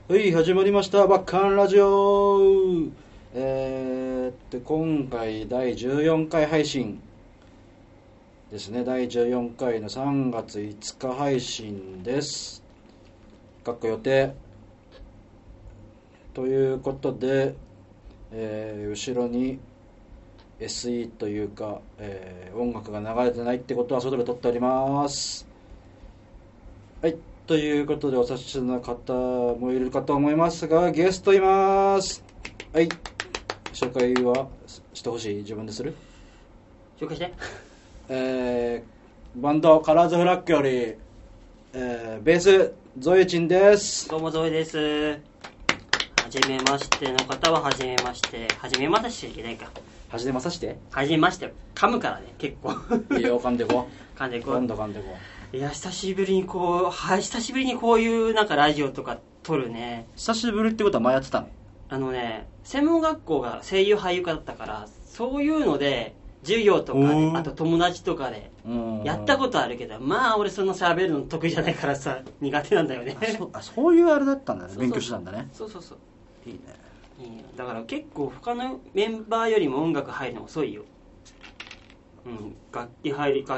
はい、始まりましたバッカンラジオ。今回第14回配信ですね。第14回の3月5日配信です。各予定ということで、後ろに SE というか、音楽が流れてないってことは外で撮っております。はい、ということでお察しの方もいるかと思いますが、ゲストいます。はい、紹介はしてほしい？自分でする？ 紹介して。 バンドカラーズフラッグより、ベースゾエチンです。 どうもゾエです。はじめましての方ははじめまして。はじめましていけないか。 はじめまさして。 はじめまして。噛むからね、結構。 いいよ、噛んでこ噛んでこ今度噛んでこいや、久しぶりにこういうなんかラジオとか撮るね。 久しぶりってことは前やってたの？ 専門学校が声優俳優科だったから、そういうので授業とかで、あと友達とかでやったことあるけど、まあ俺そんな喋るの得意じゃないからさ、苦手なんだよね。 そういうあれだったんだね。 そう勉強してたんだね。 そうそうそう。 いいね。 いいよ。だから結構他のメンバーよりも音楽入るの遅いよ。うん、楽器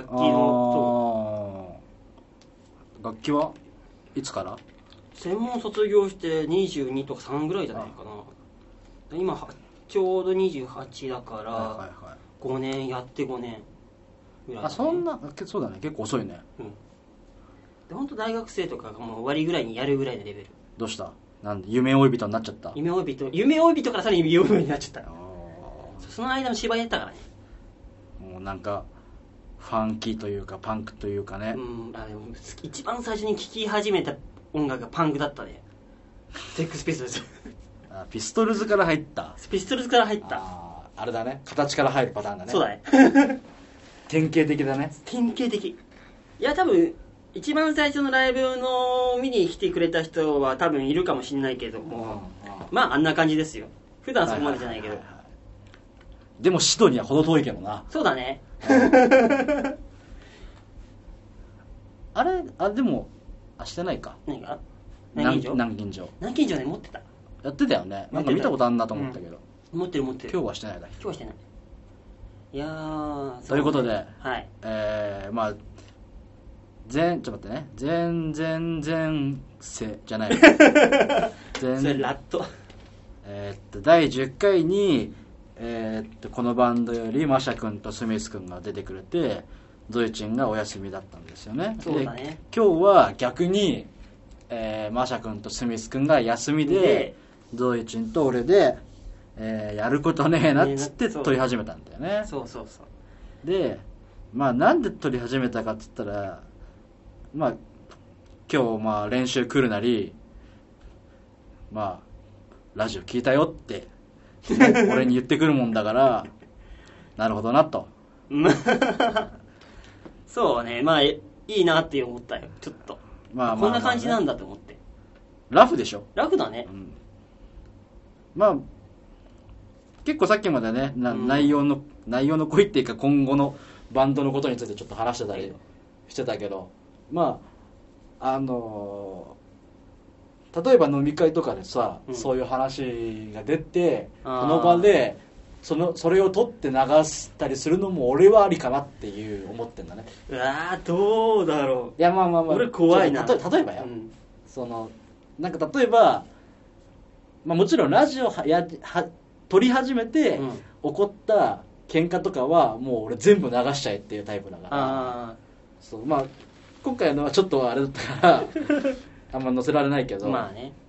の楽器はいつから？ 専門卒業して22とか3ぐらいじゃないかな。今ちょうど28だから、 はいはいはい、 5年やって5年ぐらい、ね、 そんなそうだね、結構遅いね。 うん。で本当大学生とかがもう終わりぐらいにやるぐらいのレベル。 どうした？なんで夢追い人になっちゃった？ 夢追い人からさらに夢追い人になっちゃった。その間の芝居やったからね。 もうなんかファンキーというかパンクというかね。 でも一番最初に聴き始めた音楽がパンクだったね。セックスピストルズ。 ピストルズから入った。 ピストルズから入った。 あれだね、形から入るパターンだね。 そうだね。 典型的だね。 典型的。いや多分一番最初のライブの見に来てくれた人は多分いるかもしれないけども、まああんな感じですよ。普段そこまでじゃないけど、 でもシドには程遠いけどな。 そうだね。 あれでもしてないか。 何が？ 南京錠ね、持ってた。 やってたよね。なんか見たことあんなと思ったけど、 持ってる。今日はしてないだ。 今日はしてない。いやー、 ということで、 はい、 まあちょっと待ってね、前世じゃないそれラット。 第10回にこのバンドよりマシャ君とスミス君が出てくれて、ゾイチンがお休みだったんですよね。 そうだね。 今日は逆に、マシャ君とスミス君が休みで、ゾイチンと俺で、やることねえなっつって撮り始めたんだよね。 そうで、まあなんで撮り始めたかっつったら、まあ今日まあ練習来るなり、まあラジオ聞いたよって俺に言ってくるもんだからなるほどなと。 そうね、まあいいなって思ったよ。ちょっとまあこんな感じなんだと思って。 ラフでしょ。 ラフだね。 まあ結構さっきまでね、内容の恋っていうか今後のバンドのことについてちょっと話してたりしてたけど、まあ例えば飲み会とかでさ、そういう話が出てその場でそれを取って流したりするのも俺はありかなっていう思ってんだね。 うわー、どうだろう。 いやまあ俺怖いな。 例えばよ、なんか例えば、まあ、もちろんラジオ撮り始めて、起こった喧嘩とかはもう俺全部流しちゃえっていうタイプだから、そう、まあ今回のはちょっとあれだったからあんま載せられないけど、 まあね、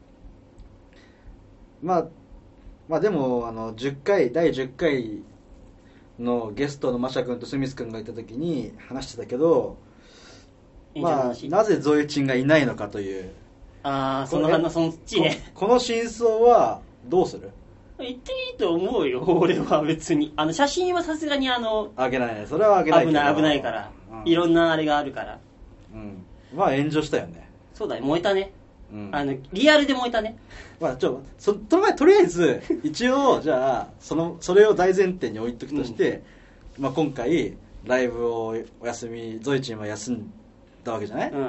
まあでも第10回のゲストのマシャ君とスミス君がいた時に話してたけど、まあなぜゾエチンがいないのかという、 そっちね。 この真相はどうする？ 言っていいと思うよ。俺は別に写真はさすがにあげないね。それはあげないけど危ないから、いろんなあれがあるから。 まあ炎上したよね。 そうだね、燃えたね。リアルで燃えたね。 まあとりあえず一応じゃあそれを大前提に置いとくとして、まあ今回ライブをお休み、ゾイチンは休んだわけじゃない？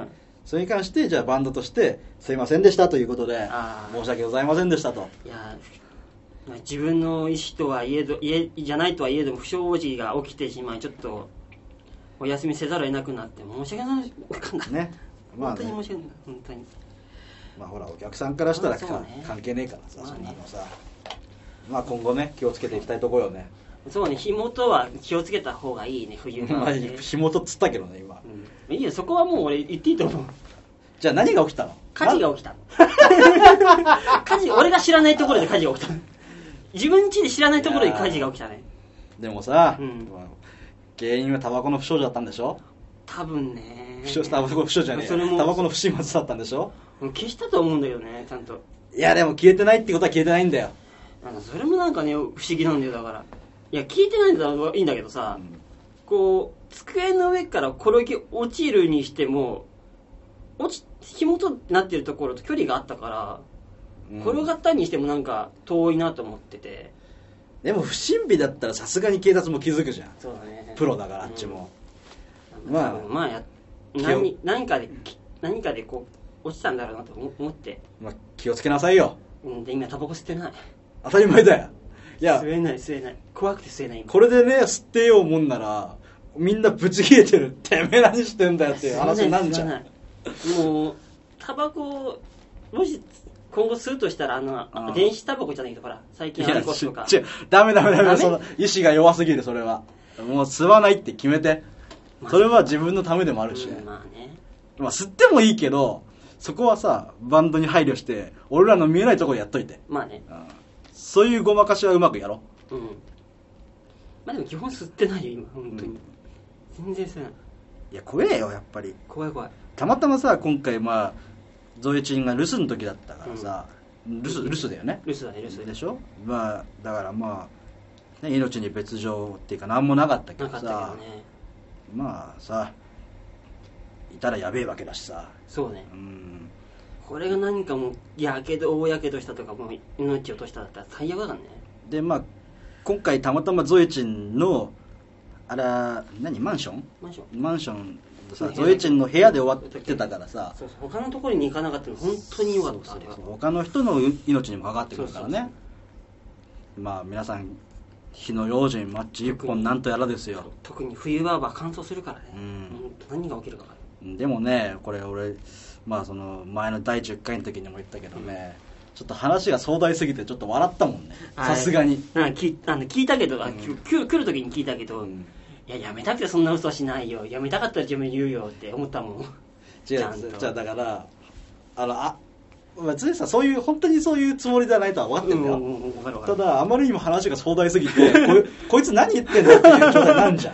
それに関してじゃあバンドとしてすいませんでしたということで申し訳ございませんでしたと。 いや自分の意思とはいえどじゃないとはいえども不祥事が起きてしまいちょっとお休みせざるを得なくなって申し訳ないね、まあね、 本当に申し訳ない本当に。 まあほらお客さんからしたら、 ね、 関係ねえからさ、 まあね、 そんなのさ、まあ今後ね気をつけていきたいところよね。 そうね、火元は気をつけた方がいいね、冬場は、ね。 火元っつったけどね今、 いいよ、そこはもう俺言っていいと思う。 じゃあ何が起きたの？ 火事が起きた火事、俺が知らないところで火事が起きた。自分家で知らないところで火事が起きたね。 でもさ、原因はタバコの不祥事だったんでしょ？ 多分ね。 タバコの不祥事じゃねえ、タバコの不始末だったんでしょ？ 消したと思うんだけどね、ちゃんと。 いやでも消えてないってことは消えてないんだよ。 それもなんかね不思議なんだよ。だからいや消えてないんだらいいんだけどさ、こう机の上から転げ落ちるにしても火元になってるところと距離があったから、転がったにしてもなんか遠いなと思ってて。 でも不審火だったらさすがに警察も気づくじゃん。 そうだね、 プロだからあっちも、 まあ何かでこう落ちたんだろうなと思って、 まあ、気をつけなさいよ。 で今タバコ吸ってない。 当たり前だよ。いや吸えない怖くて吸えない。 これでね吸ってようもんならみんなブチ切れてる。てめえ何してんだよっていう話になんじゃん。 もうタバコもし今後吸うとしたら電子タバコじゃないとほら最近アイコスとかダメその意志が弱すぎる。それはもう吸わないって決めて、それは自分のためでもあるし、 まあね、 吸ってもいいけどそこはさバンドに配慮して俺らの見えないところやっといて、 まあね、 そういうごまかしはうまくやろう。 まあでも基本吸ってないよ今本当に、全然吸えない。 いや怖えよやっぱり。 怖い。 たまたまさ今回ゾエチンが留守の時だったからさ、留守だよね。 留守だね、留守でしょ。だからね、命に別状っていうか何もなかったけどさ、さいたらやべえわけだしさ。 そうね、これが何かもう大やけどしたとかもう命を落としただったら最悪だからね。 で今回たまたまゾエチンのマンションさ、ゾエチンの部屋で終わってたからさ、 そう他のところに行かなかったの本当に良かった。 他の人の命にもかかってくるからね。皆さん火の用心マッチ1本なんとやらですよ。 特に冬場は乾燥するからね、何が起きるか分かる。 でもねこれ俺その前の第10回の時にも言ったけどね、ちょっと話が壮大すぎてちょっと笑ったもんね、さすがに。 聞いたけど、来る時に聞いたけど、いややめたくてそんな嘘はしないよ、やめたかったら自分言うよって思ったもん。 じゃあだから別にさ本当にそういうつもりではないとは分かってるんだよ、ただあまりにも話が壮大すぎてこいつ何言ってんだっていう状態なんじゃ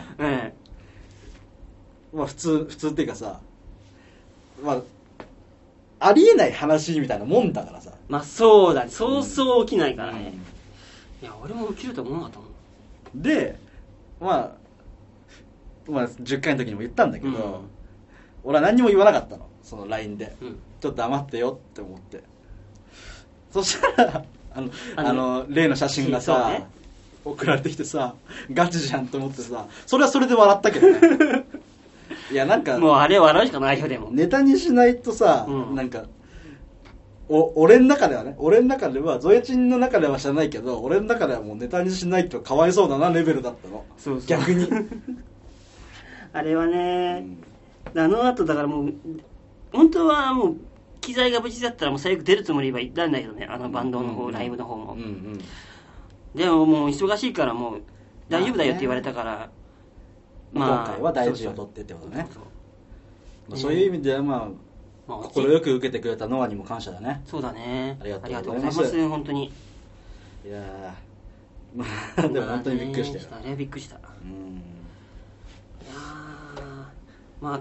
ん、普通っていうかさ、ありえない話みたいなもんだからさ。 そうだね、そうそう起きないからね、いや俺も起きると思わなかったもん。 で10回の時にも言ったんだけど、俺は何にも言わなかったの、その LINE で、ちょっと黙ってよって思って。そしたら例の写真がさ、送られてきてさ、ガチじゃんと思ってさ、それはそれで笑ったけどねいやもうあれ笑うしかないよ。でもネタにしないとさ、俺の中ではゾエチンの中では知らないけど、俺の中ではもうネタにしないとかわいそうだなレベルだったの。逆にあれはね、あの後だからもう本当はもう機材が無事だったらもう最悪出るつもりは言ったんだけどね、バンドの方、ライブの方も、でももう忙しいからもう大丈夫だよって言われたから、 今回は大事を取ってってことね。そういう意味では快く受けてくれたノアにも感謝だね。 そうだね、 ありがとうございます。 ありがとうございます本当に。 いやでも本当にびっくりしたよ。 あれびっくりした。いや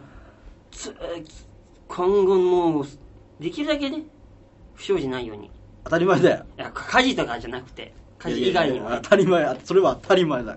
今後もうできるだけね不祥事ないように。 当たり前だよ。 いや火事とかじゃなくて、火事以外にもね、 当たり前、それは当たり前だから。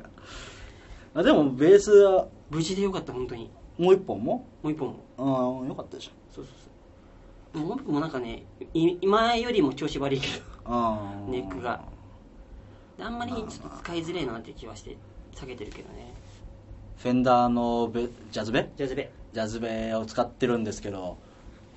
でもベースは無事でよかった。本当にもう一本もよかったでしょ。 そうもう一本もなんかね、今よりも調子悪いけどネックがあんまりちょっと使いづれえなって気はして避けてるけどね。 フェンダーのジャズベを使ってるんですけど、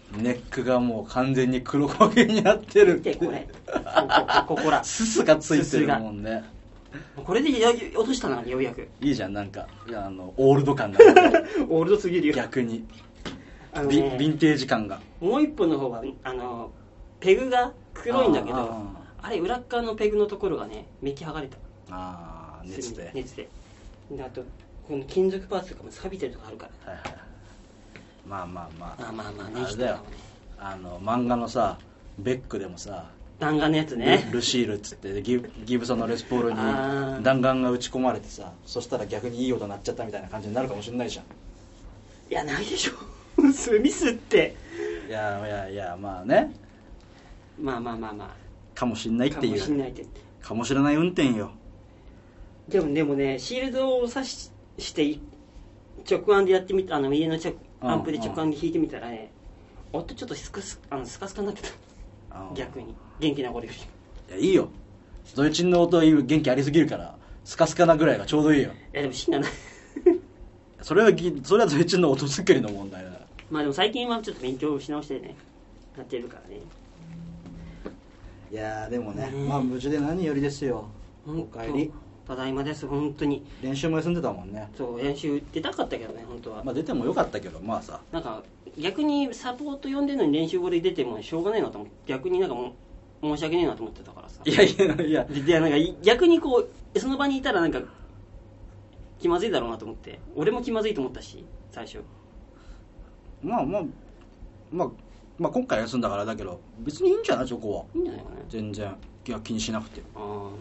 ネックがもう完全に黒焦げになってる。 見てこれここらすすがついてるもんね。 これで落としたな、ようやく。 いいじゃん、なんかオールド感があるオールドすぎるよ逆に、 ね、 ヴィンテージ感が。 もう一本の方はペグが黒いんだけど、あれ裏側のペグのところがねめき剥がれた。熱でで、あとこの金属パーツとかも錆びてるとこあるから、はいはい、まあね、 あれだよ、漫画のさベックでもさ、 弾丸のやつね、 ルシールっつってギブソンのレスポールに弾丸が打ち込まれてさ、そしたら逆にいい音鳴っちゃったみたいな感じになるかもしれないじゃん。 いや、ないでしょミスって。 いやまあね、 まあかもしんないっていう、かもしれない運転よ。 でもね、シールドを挿して直案でやってみた、家のアンプで直案で弾いてみたらね、音ちょっとスカスカになってた。逆に元気な頃より。 いや、いいよ、ドイチンの音元気ありすぎるからスカスカなぐらいがちょうどいいよ。 いやでも死なないそれはドイチンの音作りの問題だから。 まあでも最近はちょっと勉強し直してねやってるからね。 いやでもね、まあ無事で何よりですよ。お帰り。 ただいまです。本当に練習も休んでたもんね。 そう、練習出たかったけどね、本当は。 まあ出てもよかったけど、まあさ、 なんか逆にサポート呼んでるのに練習後で出てもしょうがないなと思って、逆になんか申し訳ねえなと思ってたからさ。いやなんか逆にこうその場にいたらなんか気まずいだろうなと思って、俺も気まずいと思ったし最初。まあ今回休んだからだけど別にいいんじゃない、そこは。 いいんじゃないかね。 全然気にしなくて。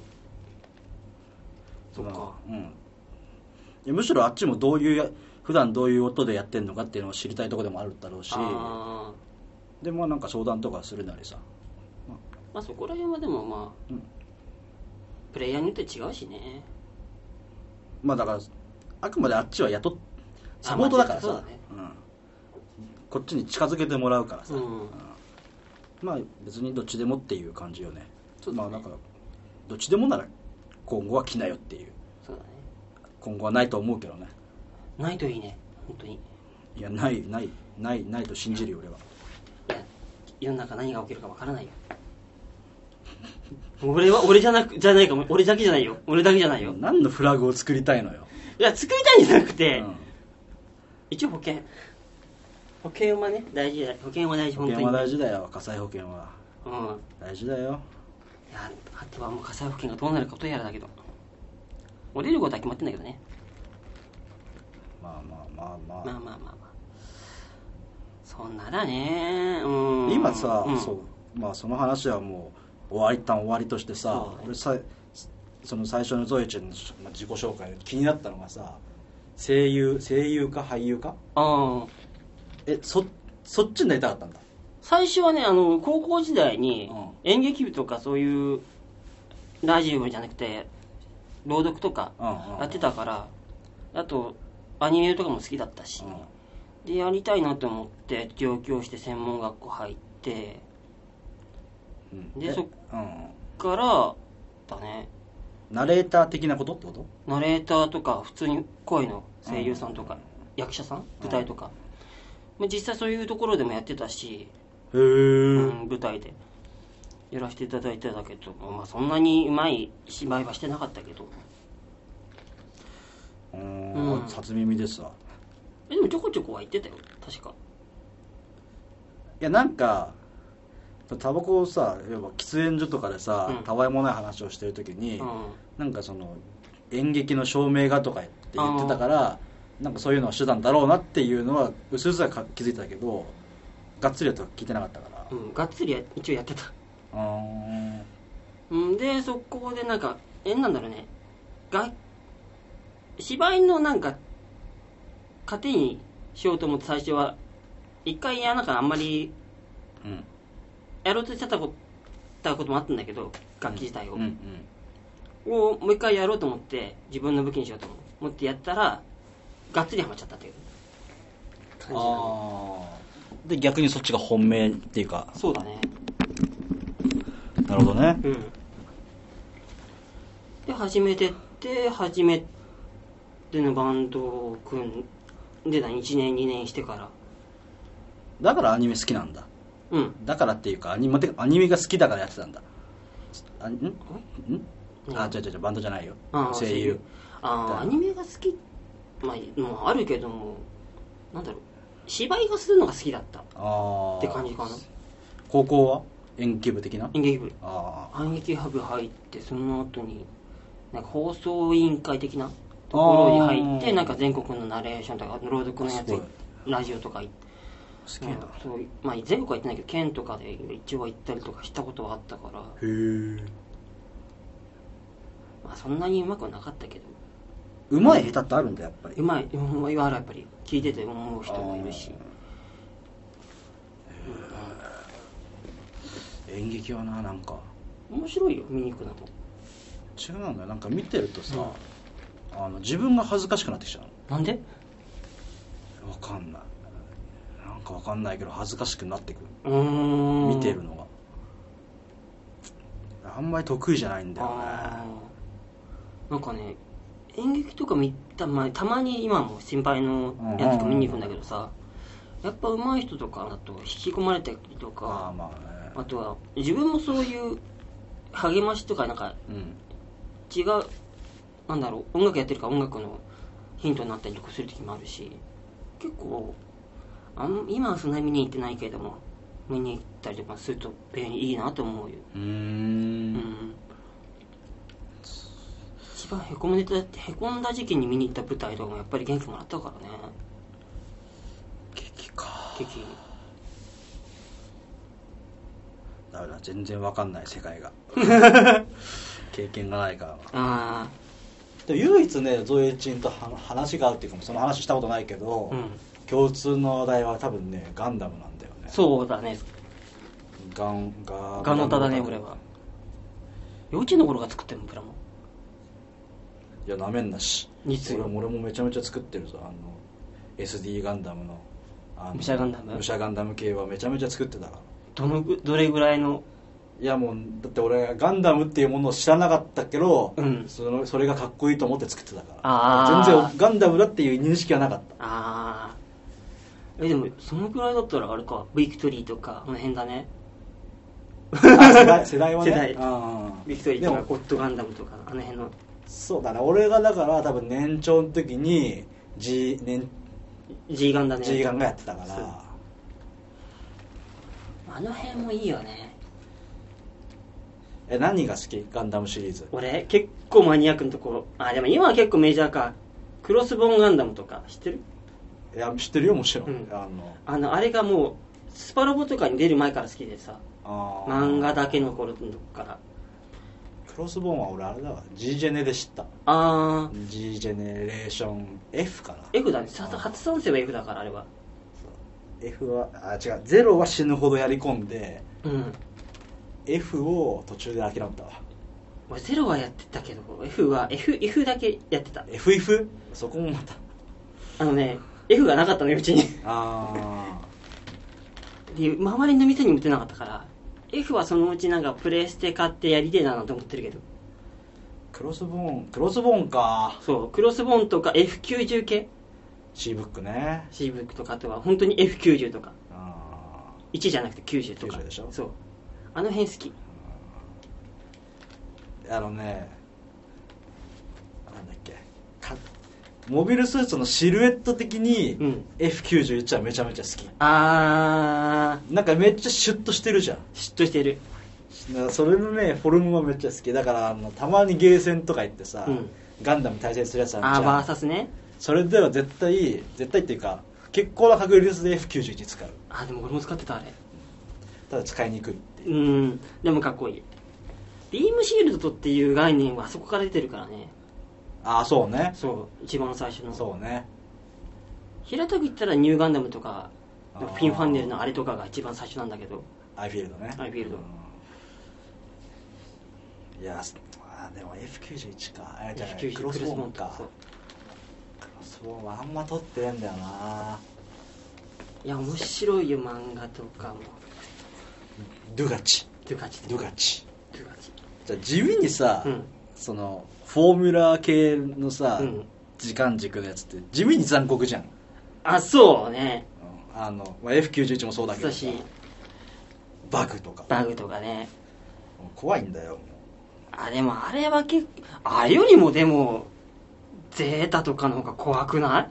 そっか。 いや、むしろあっちも普段どういう音でやってんのかっていうのを知りたいところでもあるだろうし、でもなんか相談とかするなりさ、 まあそこら辺はでもプレイヤーによって違うしね。 まあだからあくまであっちはサポートだからさ、こっちに近づけてもらうからさ、まあ別にどっちでもっていう感じよね。まあだからどっちでもなら今後は来なよっていう。 そうだね。 今後はないと思うけどね。 ないといいね、本当に。 いや、ないと信じるよ俺は。 いや、世の中何が起きるかわからないよ俺じゃないかも。俺だけじゃないよ。 何のフラグを作りたいのよ。 いや、作りたいんじゃなくて、一応保険はね大事だ。保険は大事。 保険は大事だよ。火災保険は大事だよ。 いや、あとはもう火災保険がどうなるかとやらだけど、降りることは決まってんだけどね。まあそんならね。 今さ、その話はもう一旦終わりとしてさ、俺その最初のゾエちゃんの自己紹介で気になったのがさ、声優か俳優か。そっちになりたかったんだ。 最初はね、高校時代に演劇部とかそういうラジオじゃなくて朗読とかやってたから、あとアニメとかも好きだったし、でやりたいなと思って上京して専門学校入って、でそっからだね。 ナレーター的なことってこと？ ナレーターとか普通に声の声優さんとか役者さん、舞台とか、実際そういうところでもやってたし、舞台でやらせていただいてたけど、そんなにうまい芝居はしてなかったけど。 初耳ですわ。 でもちょこちょこは言ってたよ確か。 いや、なんかタバコをさ、喫煙所とかでさ、たわいもない話をしてる時に、なんかその演劇の照明がとかって言ってたから、なんかそういうのをしてたんだろうなっていうのはうすうすは気づいてたけど、がっつりとは聞いてなかったから。 がっつりは一応やってた。でそこでなんかなんだろうね、芝居のなんか糧にしようと思って最初は一回なんかあんまりやろうとしてたこともあったんだけど、楽器自体を、もう一回やろうと思って自分の武器にしようと思ってやったらがっつりハマっちゃったっていう感じだね。 で逆にそっちが本命っていうか。 そうだね。 なるほどね。 で初めてのバンドを組んで1年2年してからだからアニメ好きなんだ。 うん。 だからっていうかアニメが好きだからやってたんだ。違うバンドじゃないよ。声優。 アニメが好き、まあもうあるけども、なんだろう、芝居がするのが好きだったって感じかな。 高校は演劇部的な？ 演劇部。演劇部入って、その後になんか放送委員会的なところに入って、なんか全国のナレーションとか朗読のやつ、ラジオとか行って、 好きな、 そう、まあ全国は行ってないけど県とかで一応行ったりとかしたことはあったから。 へえ。 まあそんなにうまくはなかったけど、 うまい下手ってあるんだやっぱり。 うまいはやっぱり聞いてて思う人もいるし。 演劇はな、なんか面白いよ、見に行くのも。 違うんだよ、なんか見てるとさ、自分が恥ずかしくなってきちゃうの。 なんで？ わかんない、なんかわかんないけど恥ずかしくなってくる。見てるのがあんまり得意じゃないんだよね。 なんかね、演劇とか見た、まあ、たまに今も心配のやつとか見に行くんだけどさ、やっぱ上手い人とかだと引き込まれたりとか、あとは自分もそういう励ましとかなんか違う、なんだろう、音楽やってるから音楽のヒントになったりとかする時もあるし、結構今はそんなに見に行ってないけれども、見に行ったりとかすると便利いいなと思うよ。一番へこんだ時期に見に行った舞台とかもやっぱり元気もらったからね。 劇か。 劇。 だから全然わかんない世界が経験がないからでも唯一ね、ゾエチンと話が合うっていうか、その話したことないけど、共通の話題は多分ね、ガンダムなんだよね。 そうだね。ガノタだね、俺は。幼稚園の頃が作ってるの、プラモ。 いや、なめんなし。俺もめちゃめちゃ作ってるぞ。SD ガンダムの武者ガンダム系はめちゃめちゃ作ってたから。 どれぐらいの？ いやもうだって俺ガンダムっていうものを知らなかったけど、それがかっこいいと思って作ってたから、全然ガンダムだっていう認識はなかった。 でもそのぐらいだったらあれか、ビクトリーとかあの辺だね。 世代はね。 ビクトリーとかゴッドガンダムとかあの辺の。 そうだね、俺がだから多分年長の時に G ガンがやってたから、 あの辺もいいよね。 何が好き？ガンダムシリーズ。 俺結構マニアックなところ。でも今は結構メジャーか。クロスボーンガンダムとか知ってる？ いや知ってるよ、もちろん。 あれがもうスパロボとかに出る前から好きでさ、漫画だけの頃から。 クロスボーンは俺あれだわ、 G ジェネで知った。G ジェネレーション F かな。 F だね、初参戦は F だから。あれは F は違う、ゼロは死ぬほどやり込んで、F を途中で諦めたわ。 俺ゼロはやってたけど F だけやってた。 FF？ そこもまた F がなかったのよ、うちに。で周りの店にも出なかったから、F はそのうちなんかプレイステ買ってやりてえなと思ってるけど。 クロスボーンか。 そう、クロスボーンとか F90 系、 C ブックね。 C ブックとか、あとは本当に F90 とか、1じゃなくて90とか。 90でしょ。 そう、あの辺好き。 なんだっけ、モビルスーツのシルエット的に F91 はめちゃめちゃ好き。なんかめっちゃシュッとしてるじゃん。 シュッとしてる。 それのねフォルムはめっちゃ好きだから、たまにゲーセンとか行ってさ、ガンダム対戦するやつあるじゃん。 バーサスね。 それでは絶対っていうか結構な確率で F91 使う。 でも俺も使ってた。あれただ使いにくいっていう。 でもかっこいい。ビームシールドっていう概念はあそこから出てるからね。 そうね。 そう、一番最初の。 そうね。 平たく言ったらニューガンダムとかフィンファンネルのあれとかが一番最初なんだけど。 アイフィールドね。 アイフィールド。 いやでも F91 か。 F90 クロスボーンか。クロスボーンはあんま撮ってねえんだよな。 いや面白いよ、漫画とかも。 ドゥガチ。じゃあ地味にさ、そのフォーミュラ系のさ、時間軸のやつって地味に残酷じゃん。 そうね。 F91 もそうだけどさ、バグとかね、 怖いんだよ。 でもあれはあれよりもでもゼータとかの方が怖くない？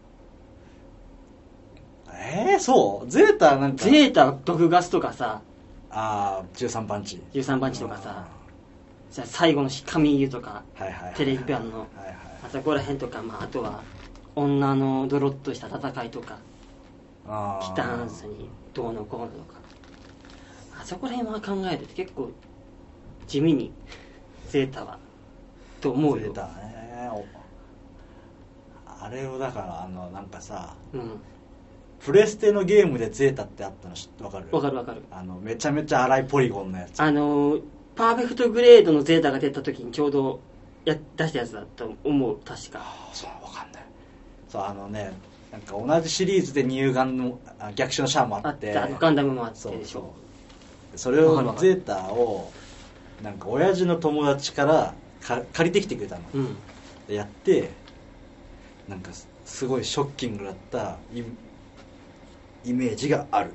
そうゼータなんか、 ゼータ毒ガスとかさ、 13パンチとかさ、じゃあ最後の神湯とか、テレビ版のあそこら辺とか、あとは女のドロッとした戦いとか、ティターンズにどうのこうのとか、あそこら辺は考えると結構地味にゼータはと思うよ。 ゼータね、あれをだからなんかさ、プレステのゲームでゼータってあったの分かる？ 分かる。 めちゃめちゃ荒いポリゴンのやつ、 パーフェクトグレードのゼータが出た時にちょうど出したやつだと思う、確か。 そう分かんない。そうなんか同じシリーズで乳がんの逆襲のシャアもあって、 ガンダムもあってでしょ。 それをゼータをなんか親父の友達から借りてきてくれたの、でやってなんかすごいショッキングだったイメージがある。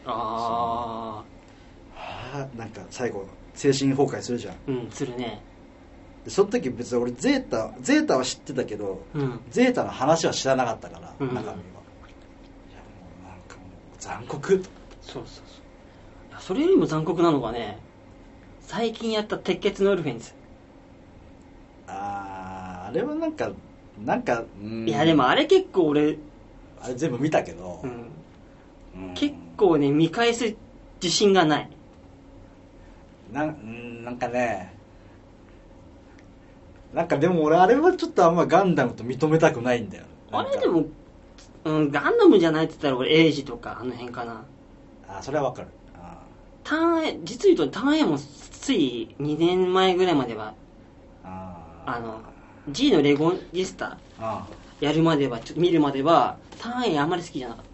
なんか最後精神崩壊するじゃん。 するね。 その時別に俺ゼータは知ってたけど、ゼータの話は知らなかったから、中身は。いやもうなんかもう残酷。 そうそれよりも残酷なのがね、最近やった鉄血のオルフェンズ。 あれはなんかいやでもあれ結構俺あれ全部見たけど、 結構ね見返す自信がない。 なんかね、なんかでも俺あれはちょっとあんまガンダムと認めたくないんだよ。 あれでも、ガンダムじゃないって言ったら俺エイジとかあの辺かな。 それはわかる。 実言うとターン A もつい2年前ぐらいまではG のレゴニスタやるまでは見るまではターン A あんまり好きじゃなかった。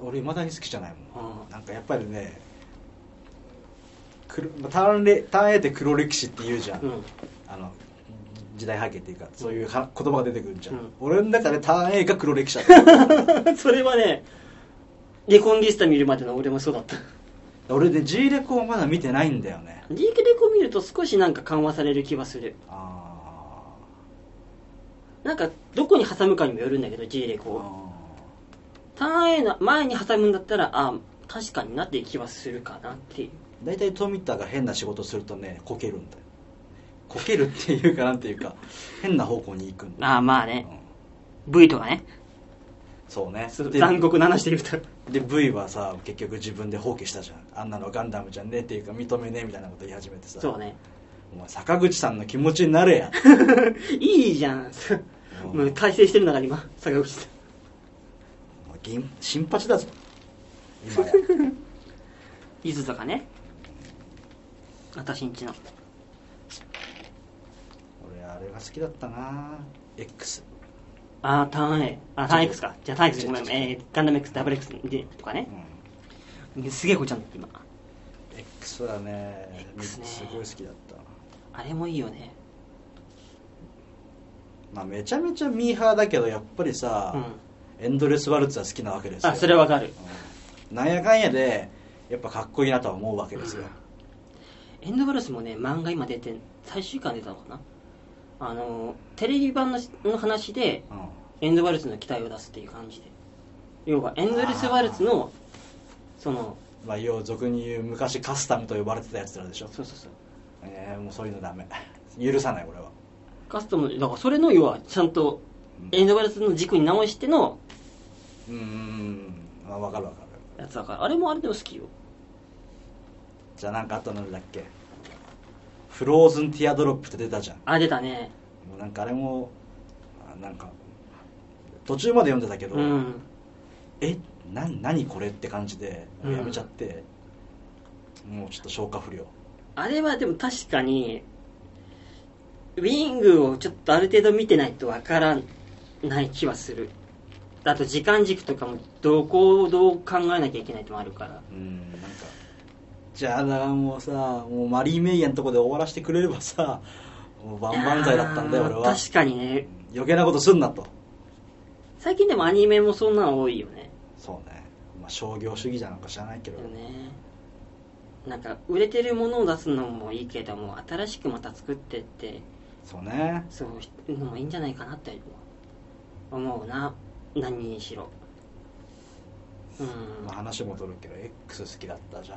俺未だに好きじゃないもん。なんかやっぱりね、ターン A って黒歴史って言うじゃん、時代背景っていうかそういう言葉が出てくるじゃん、俺の中でターン A が黒歴史だったそれはね、レコンギスタ見るまでの俺もそうだった。 俺ね G レコはまだ見てないんだよね。 G レコ見ると少しなんか緩和される気はする。なんかどこに挟むかにもよるんだけど G レコをターン A の前に挟むんだったら確かになっていう気はするかなっていう。 大体富田が変な仕事するとねこけるんだよ。こけるっていうかなんていうか変な方向に行くんだよ。 まあね、V とかね。 そうね、 残酷な話で言うとで V はさ結局自分で放棄したじゃん。あんなのガンダムじゃねえっていうか認めねえみたいなこと言い始めてさ。 そうね、 お前坂口さんの気持ちになれやいいじゃんもう改正してるのが今坂口さん新八だぞ今や伊豆とかね、私んちの。 俺あれが好きだったな X。 ターン A、ターン X か。じゃあターン X ごめん、ガンダム X ダブル X とかね、すげえこっちゃんだって今 X はね、すごい好きだった。 あれもいいよね。 めちゃめちゃミーハーだけどやっぱりさ、エンドレスワルツは好きなわけですよ。 それわかる、 なんやかんやでやっぱかっこいいなとは思うわけですよ、 エンドバルスもね漫画今出て最終巻出たのかな。テレビ版の話で、エンドバルツの機体を出すっていう感じで、要はエンドレスワルツのその要は俗に言う昔カスタムと呼ばれてたやつらでしょ。 そう、 もうそういうのダメ許さない俺は。 カスタムだからそれの要はちゃんとエンドバルツの軸に直しての分かるやつだから、あれもあれでも好きよ。 じゃあなんかあと何だっけ、フローズンティアドロップって出たじゃん。 出たね。 もうなんかあれもなんか途中まで読んでたけど、何これって感じでやめちゃって、もうちょっと消化不良。 あれはでも確かにウィングをちょっとある程度見てないとわからない気はする。あと時間軸とかもどこをどう考えなきゃいけないってもあるから。なんかじゃあだからもうさ、もうマリー・メイヤのとこで終わらせてくれればさ、もう万々歳だったんだよ俺は。 確かにね、 余計なことすんなと。 最近でもアニメもそんなの多いよね。 そうね、まあ、商業主義じゃなんか知らないけどよね。なんか売れてるものを出すのもいいけども、新しくまた作ってってそうね、 そういうのもいいんじゃないかなって思うな。何にしろ。 まあ、話戻るけど X 好きだったじゃん。 うん、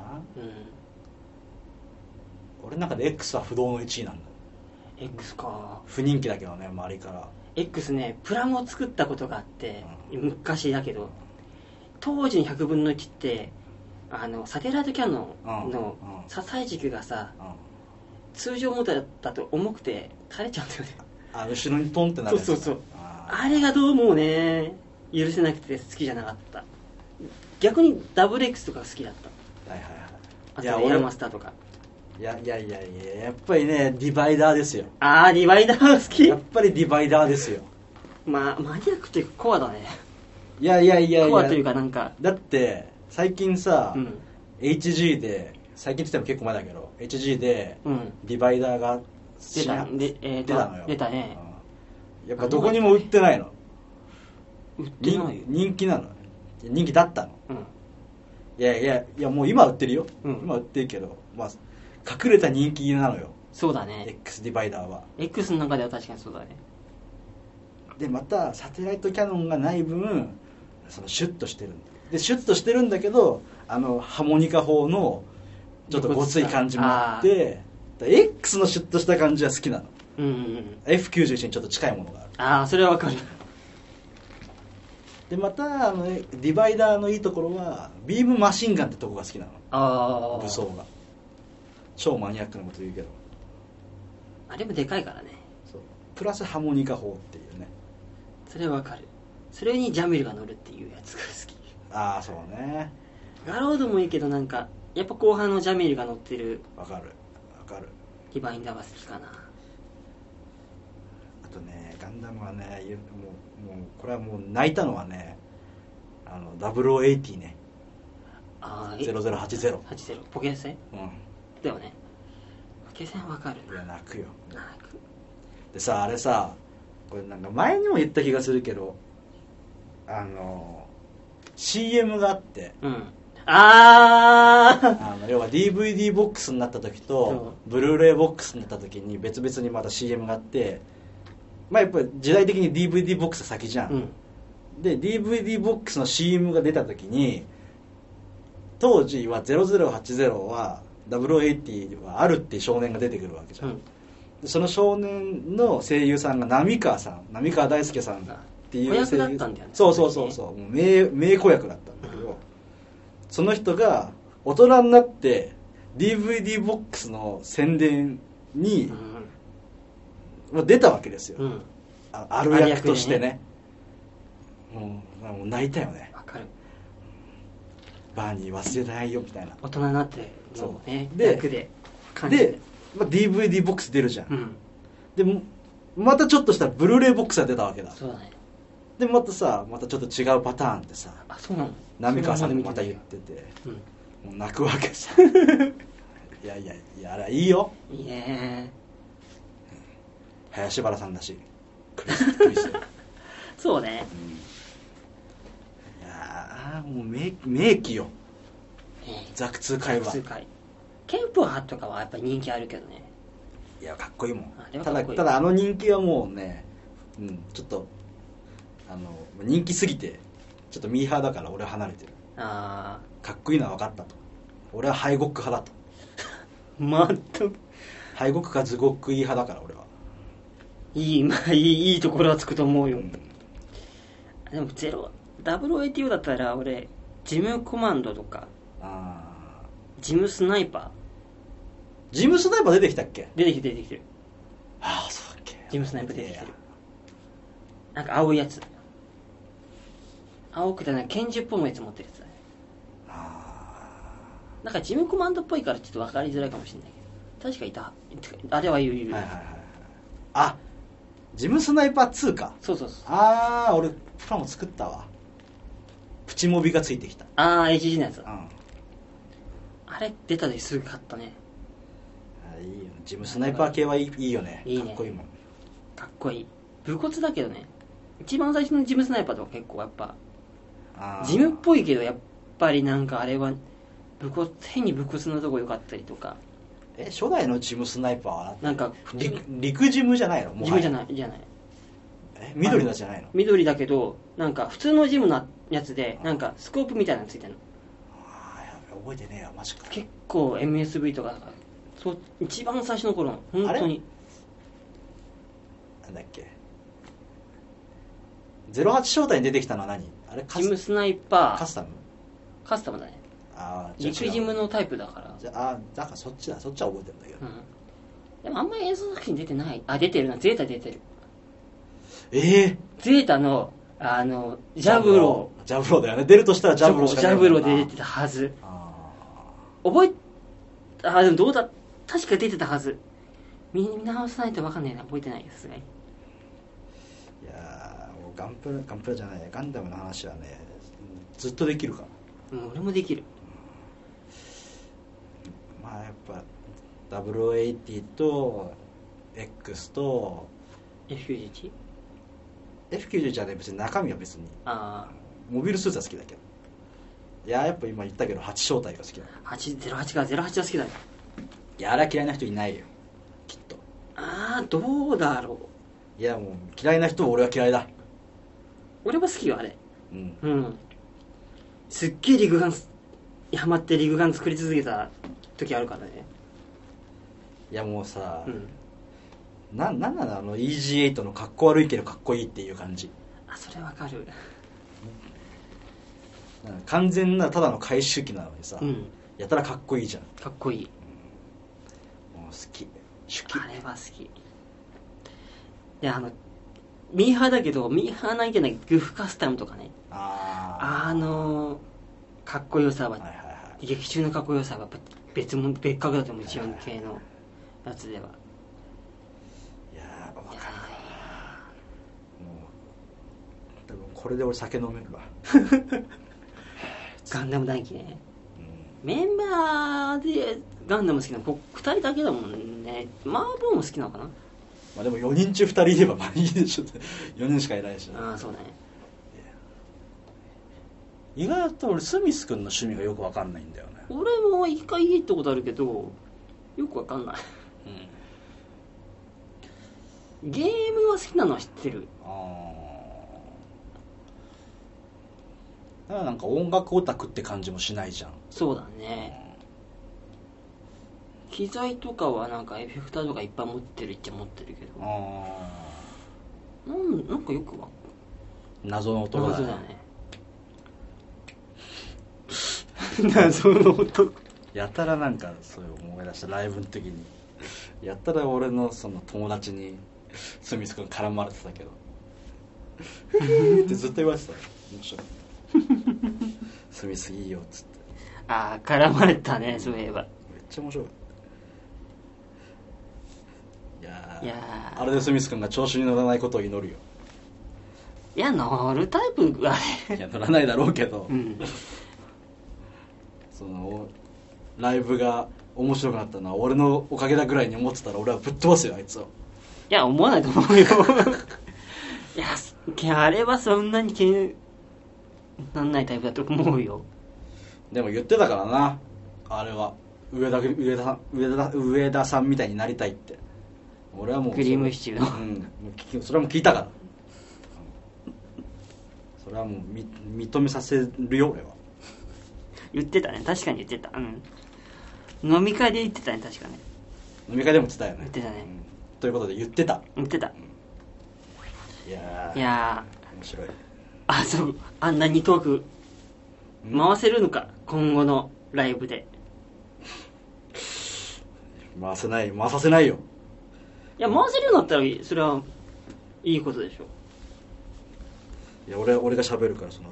俺の中で X は不動の1位なんだ。 X か。 不人気だけどね、周りから。 X ね、プラモを作ったことがあって、昔だけど、当時の100分の1ってサテライトキャノンの支え軸がさ、通常モデルだと重くて垂れちゃうんだよね。 後ろにポンってなるやつ。 そうあれがどうもね許せなくて好きじゃなかった。逆にダブル X とか好きだった。 はいはいはい。 あとエアマスターとか。 いややっぱりねディバイダーですよ。 ディバイダー好き。 やっぱりディバイダーですよ。 マニアックっていうかコアだね。 いやコアというかなんかだって最近さ、HG で最近って言っても結構前だけど HG でディバイダーが出たのよ。 出たね。 やっぱどこにも売ってないの。 売ってないよ。 人気なの。人気だったの。いやもう今売ってるよ。今売ってるけど、まあ隠れた人気なのよ。 そうだね。 X ディバイダーは X の中では確かにそうだね。 でまたサテライトキャノンがない分そのシュッとしてるんだ。でシュッとしてるんだけどハーモニカ砲のちょっとごつい感じもあって、X のシュッとした感じは好きなの。F91 にちょっと近いものがある。 それはわかる。 でまたディバイダーのいいところはビームマシンガンってとこが好きなの。武装が超マニアックなこと言うけど、 あれもでかいからね。 そうプラスハーモニカ砲っていうね。 それはわかる。それにジャミルが乗るっていうやつが好き。 そうね。 ガロードもいいけどなんかやっぱ後半のジャミルが乗ってるわかるディバイダーは好きかな。 あとねガンダムはねもうこれはもう泣いたのはね0080ね。0080 ポケセンだよね。ポケセンわかる。 いや泣くよ。でさあれさこれなんか前にも言った気がするけどCM があって、要は DVD ボックスになった時とブルーレイボックスになった時に別々にまた CM があって、まあやっぱり時代的に DVD ボックス先じゃん、で DVD ボックスの CM が出た時に当時は0080は0080はあるっていう少年が出てくるわけじゃん、その少年の声優さんが浪川大輔さんっていう子役だったんだよね。 そうもう名子役だったんだけど、その人が大人になって DVD ボックスの宣伝に、出たわけですよ、ある役としてね。もう泣いたよね。 わかる。 バーニー忘れないよみたいな。 大人になってそうね、 役で DVD ボックス出るじゃん、でまたちょっとしたらブルーレイボックスが出たわけだ。 そうだね。 でまたちょっと違うパターンってさ、 そうなの。 浪川さんがまた言ってて、もう泣くわけさいやあれいいよ。 いいね。 林原さんだしクリスそうね、 いやもう名機よ、ザク2回は。 ケンプハとかはやっぱり人気あるけどね。 いやかっこいいもん。 ただ人気はもうね、ちょっと人気すぎてちょっとミーハーだから俺は離れてる。かっこいいのは分かったと。俺はハイゴック派だと。 全くハイゴックかズゴックいい派だから俺は。 いいところはつくと思うよ、でも0080だったら俺ジムコマンドとかジムスナイパー出てきたっけ？ 出てきてる。 そうだっけ。 ジムスナイパー出てきてる。なんか青いやつ、青くて拳銃っぽいやつ持ってるやつだね。なんかジムコマンドっぽいからちょっと分かりづらいかもしれないけど、確かいた。あれはいる。 ジムスナイパー2か。 そう俺プラモ作ったわ。プチモビがついてきた。 HG のやつ、あれ出たですぐ買ったね。 いいよジムスナイパー系はいいよね。 いいね。 かっこいいもん。 かっこいい。武骨だけどね。 一番最初のジムスナイパーとか結構やっぱあージムっぽいけど、やっぱりなんかあれは変に武骨なとこ良かったりとか。 初代のジムスナイパーはなんか陸ジムじゃないの？ ジムじゃい。 ない緑のじゃないの？ 緑だけど、なんか普通のジムのやつでなんかスコープみたいなのついてるの。 やべ覚えてねえよマジか。 結構 MSV とかだから、そう一番最初の頃の本当に。 なんだっけ、08正体に出てきたのは何？あれジムスナイパーカスタム？ カスタムだね。 じゃ陸ジムのタイプだから。 だからそっちは覚えてるんだけど、 でもあんまり映像作品出てない。出てるな。ゼータ出てる。 ゼータのジャブローだよね。出るとしたらジャブローしかない。 ジャブローで出てたはず。でもどうだ、確か出てたはず。見直さないと分かんないな。覚えてないよ、さすがに。 いやもうガンプラじゃない、ガンダムの話はねずっとできるから。 俺もできる。 まあやっぱ0080と X と F91？ F91 はね、別に中身は別にモビルスーツは好きだけど、いややっぱ今言ったけど8正体が好きだ。 08か。08は好きだね。 いやあれは嫌いな人いないよきっと。 どうだろう。いやもう嫌いな人は俺は嫌いだ。 俺は好きよあれ。 うんすっげえリグガンハマってリグガン作り続けた時あるからね。 いやもうさ、なんなのEG8 のかっこ悪いけどかっこいいっていう感じ。 それわかる。 完全なただの回収機なのにさ、やたらかっこいいじゃん。 かっこいい。 もう好き。 あれは好き。いやミーハーだけど、ミーハーなんじゃないグフカスタムとかね。かっこよさは、劇中のかっこよさはやっぱ別格だと思う。一応系のやつでは。 いや分かるな。もう多分これで俺酒飲めるわ。 ガンダム大好きね。メンバーでガンダム好きなの2人だけだもんね。マーボーも好きなのかな。 まあでも4人中2人いればまあいいでしょ。4人しかいないし、 そうだね。 意外と俺スミス君の趣味がよく分かんないんだよね。 俺も一回いいってことあるけどよく分かんない。ゲームは好きなのは知ってる。だからなんか音楽オタクって感じもしないじゃん。 そうだね。機材とかはなんかエフェクターとかいっぱい持ってるっちゃ持ってるけど、なんかよく謎の音だね。 謎の音。 やたらなんかそう思い出した。ライブの時にやったら俺のその友達にスミス君絡まれてたけどってずっと言われてた。面白い。スミスいいよっつって。 絡まれたね。そういえばめっちゃ面白い。いやあれでスミス君が調子に乗らないことを祈るよ。 いや乗るタイプはね。 いや乗らないだろうけど、そのライブが面白くなったのは俺のおかげだぐらいに思ってたら俺はぶっ飛ばすよあいつを。 いや思わないと思うよ。いやあれはそんなに気になんないタイプだと思うよ。 でも言ってたからな、あれは上田さんみたいになりたいって。俺はもうクリームシチューの、それはもう聞いたから、それはもう認めさせるよ俺は。 言ってたね。確かに言ってた。飲み会で言ってたね。確かね。 飲み会でも言ってたよね。 言ってたね、 ということで言ってた。 いや面白い。 そうあんなにトーク回せるのか、今後のライブで。 回させないよ。 いや回せるようになったらそれはいいことでしょ。 いや俺が喋るからその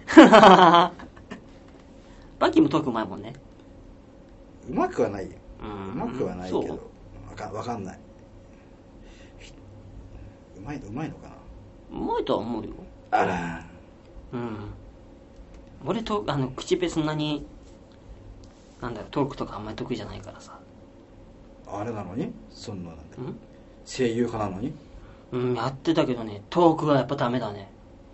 バキもトークうまいもんね。 うまくはないよ。うまくはないけど分かんない。うまいのかな。 うまいとは思うよ。 あら俺と口ペそんなにトークとかあんまり得意じゃないからさ。 あれなのにそんな声優派なのに。 やってたけどね、トークはやっぱダメだね。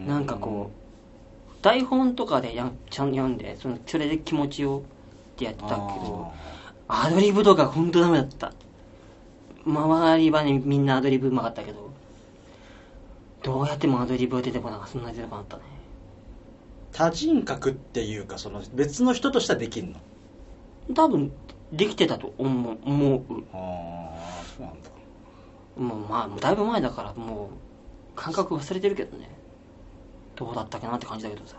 なんかこう台本とかでちゃんと読んでそれで気持ちをってやってたけど、アドリブとか本当ダメだった。周りはねみんなアドリブうまかったけど、どうやってもアドリブは出てこなかった。そんな出てこなかったね。 多人格っていうか、その別の人としてはできるの？ 多分できてたと思う。 ああ、そうなんだ。 もうだいぶ前だからもう感覚忘れてるけどね、どうだったかなって感じだけどさ。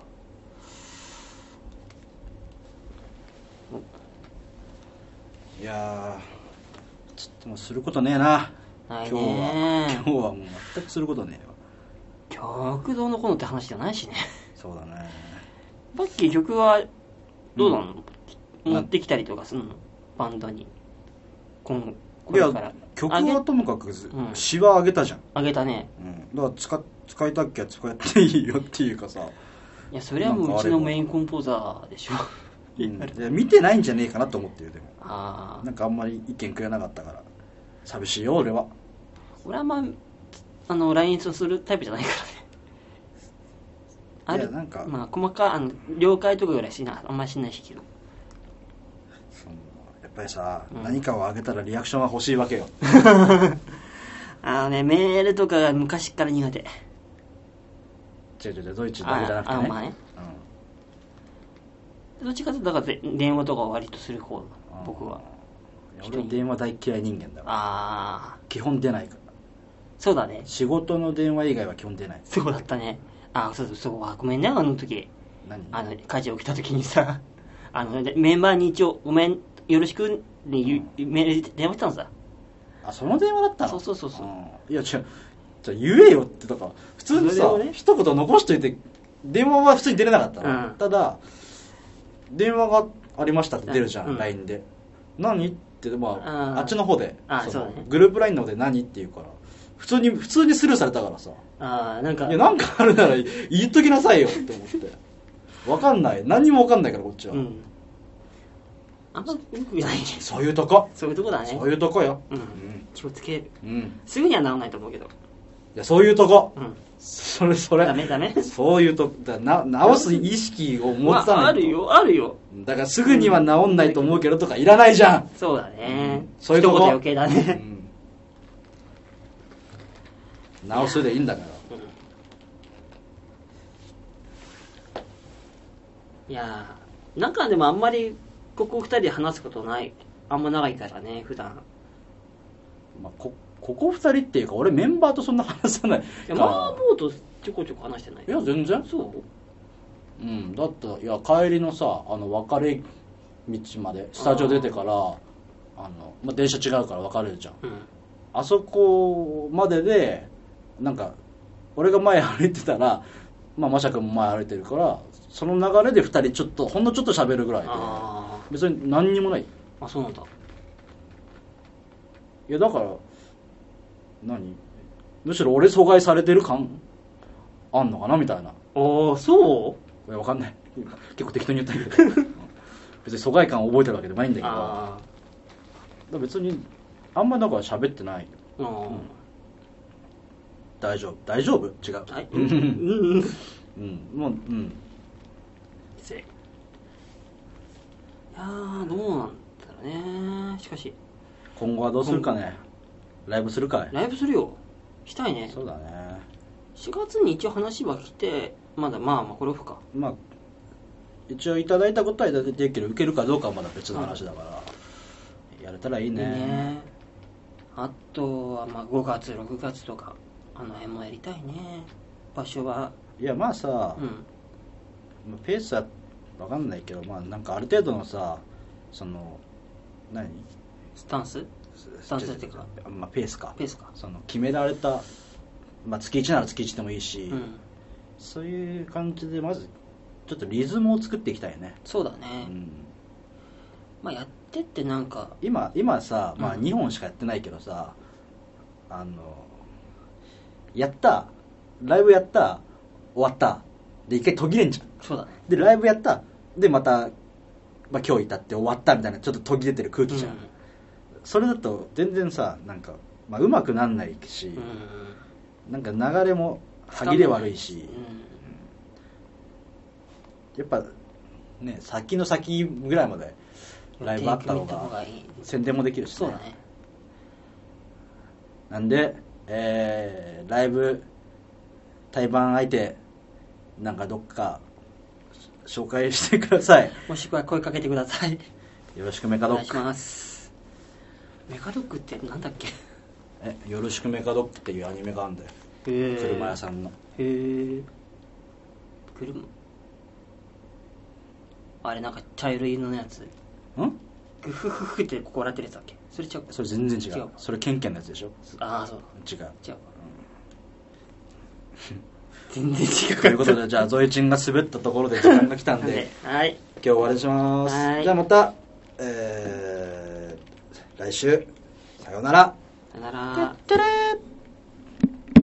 いやー、ちょっともうすることねえな。 ないね。 今日はもう全くすることねえわ。曲どうのこうのって話じゃないしね。 そうだね。 バッキー曲はどうなの、持ってきたりとかすんの、バンドにこれから。 いや、曲はともかく詩はあげたじゃん。 あげたね。 だから使いたっきゃ使っていいよっていうかさ。 いや、それはもううちのメインコンポーザーでしょ。 見てないんじゃねえかなと思ってる。でもなんかあんまり意見くれなかったから寂しいよ。俺はあんまLINE するタイプじゃないからね。 いや、なんか細かい了解とかぐらいあんまりしないしけど、 やっぱりさ、何かをあげたらリアクションは欲しいわけよ。 メールとかが昔から苦手。 違うドイツだけじゃなくてね。 どっちかというとだから電話とかは割とする方、僕は。 俺電話大嫌い人間だから基本出ないから。 そうだね。 仕事の電話以外は基本出ない。 そうだったね。そうごめんね、あの時火事起きた時にさ、メンバーに一応ごめんよろしくにメールで電話したのさ。 その電話だったの？ そう、 いや違う、じゃ言えよって。とか普通にさ、一言残しといて。電話は普通に出れなかったの、ただ電話がありましたって出るじゃん、LINE で。何って、あっちの方でグループ LINE の方で何って言うから、普通にスルーされたからさ。なんかあるなら言っときなさいよって思って。分かんない、何にも分かんないからこっちは。 あんまよくないね。 そういうとこだね。 そういうとこよ。 気をつける。すぐにはならないと思うけど。いや、そういうとこ。それダメそういうと直す意識を持たないと。 あるよ。 だからすぐには治んないと思うけどとかいらないじゃん。 そうだね。 そういうとこ一言余計だね。 直すでいいんだから。 いやなんかでもあんまりここ2人で話すことないあんま長いからね普段。 ここ2人っていうか俺メンバーとそんな話さない。 マーボーとちょこちょこ話してない？ いや全然。 そう？ だって帰りのさ別れ道までスタジオ出てから電車違うから別れるじゃん、あそこまででなんか俺が前歩いてたらマシャ君も前歩いてるから、その流れで2人ほんのちょっと喋るぐらいで別に何にもない。 そうなんだ。 いやだからむしろ俺阻害されてる感あんのかなみたいな。 そう？ いや分かんない、結構適当に言ったけど別に疎外感を覚えてるわけでもないんだけど、だから別にあんまだから喋ってない。大丈夫違う。もう失礼。いやどうなんだろうね。しかし今後はどうするかね。ライブするかい？ ライブするよ。したいね。 そうだね。 4月に一応話は来て、まだこれオフか。 一応いただいたことはいただいてるけど受けるかどうかはまだ別の話だから、やれたらいいね。 あとは5月6月とか辺もやりたいね。場所は。いやさ、ペースは分かんないけどなんかある程度のさスタンスっていうかペースか決められた、月1なら月1でもいいし、そういう感じでまずちょっとリズムを作っていきたいね。 そうだね。やってってなんか今さ、2本しかやってないけどさ、ライブやった終わったで一回途切れんじゃん。 そうだね。 でライブやったでまた、今日至って終わったみたいなちょっと途切れてる空気じゃん、それだと全然さなんか、うまくなんないし、なんか流れも歯切れ悪いし、 やっぱね先の先ぐらいまでライブあった方が宣伝もできるしね。 そうだね。 なんで、ライブ対バン相手なんかどっか紹介してください。 もしくは声かけてください。 よろしくメカドッグ。 お願いします。メカドッグってなんだっけ？ よろしくメカドッグっていうアニメがあるんだよ。車屋さんの。 へえ。車。あれなんか茶色いのやつ。グフフフってここ笑ってるやつだっけ？それ違う。 それ全然違う。それケンケンのやつでしょ。 ああそう。 違う。 全然違う。 ということでじゃあゾイチンが滑ったところで時間が来たんではい。 今日終わりにします。じゃあまた、来週さようなら。 さよなら。 てってれー。